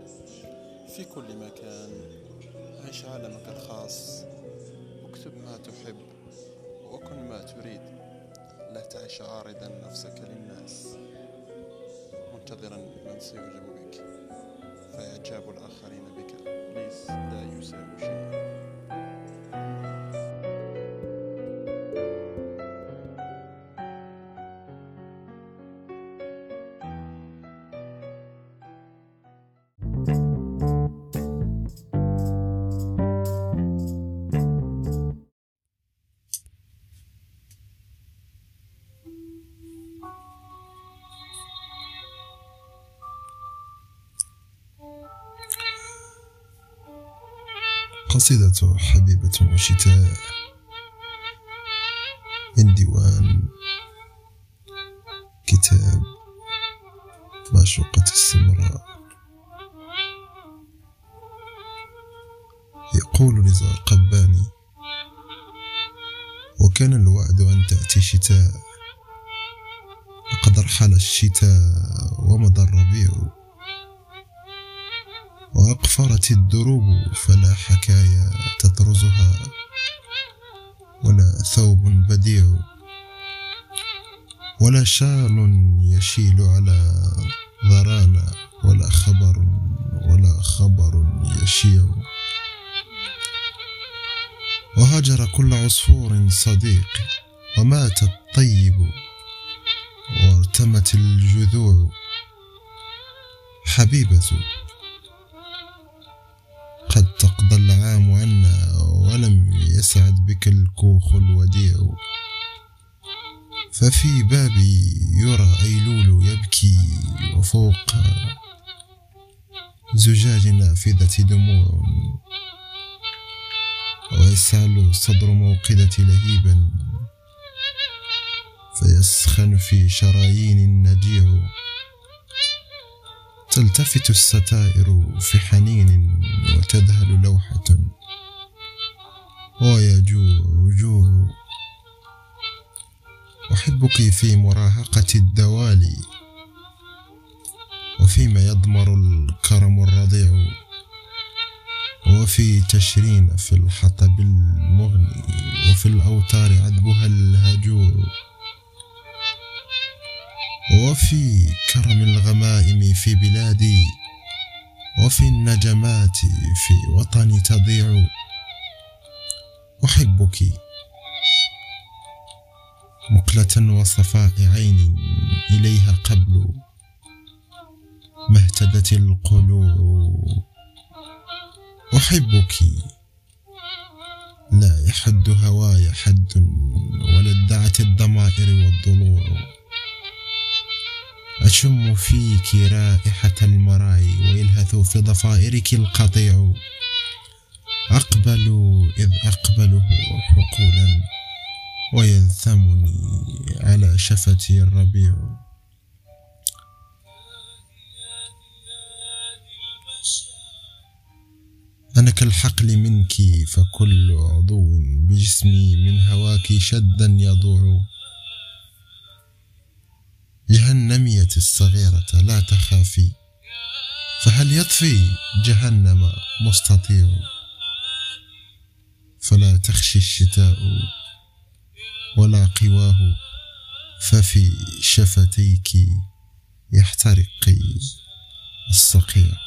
في كل مكان. عيش عالمك الخاص، واكتب ما تحب، وكن ما تريد. لا تعيش عارضا نفسك للناس، منتظرا من سيعجب بك، فإعجاب الآخرين بك ليس لا يساوي شيئا. قصيدة حبيبة وشتاء من ديوان كتاب معشوقة السمراء. يقول رضا القباني: وكان الوعد أن تأتي شتاء، لقد رحل الشتاء ومضى الربيع، وأقفرت الدروب فلا حكايا تطرزها ولا ثوب بديع، ولا شال يشيل على ذرانا ولا خبر يشيع، وهجر كل عصفور صديق، ومات الطيب وارتمت الجذوع. حبيبة، قد تقضى العام عنا ولم يسعد بك الكوخ الوديع، ففي بابي يرى أيلول يبكي، وفوق زجاج نافذة دموع، ويسعل صدر موقدة لهيبا، فيسخن في شرايين النجيع، تلتفت الستائر في حنين، وتذهل لوحة ويجوع جوع. أحبك في مراهقة الدوالي، وفيما يضمر الكرم الرضيع، وفي تشرين في الحطب المغني، وفي الأوتار عذبها الهجوع، وفي كرم الغمائم في بلادي، وفي النجمات في وطني تضيع. أحبك مقلة وصفاء عين، إليها قبل ما اهتدت القلوع. أحبك لا يحد هواي حد، ولا ادعت الضمائر والضلوع. أشم فيك رائحة المراي، ويلهث في ضفائرك القطيع. أقبل إذ أقبله حقولا، ويلثمني على شفتي الربيع. أنا كالحقل منك، فكل عضو بجسمي من هواك شدا يضوع. جهنمية الصغيرة لا تخافي، فهل يطفي جهنم مستطيع؟ فلا تخشي الشتاء ولا قواه، ففي شفتيك يحترق الصقيع.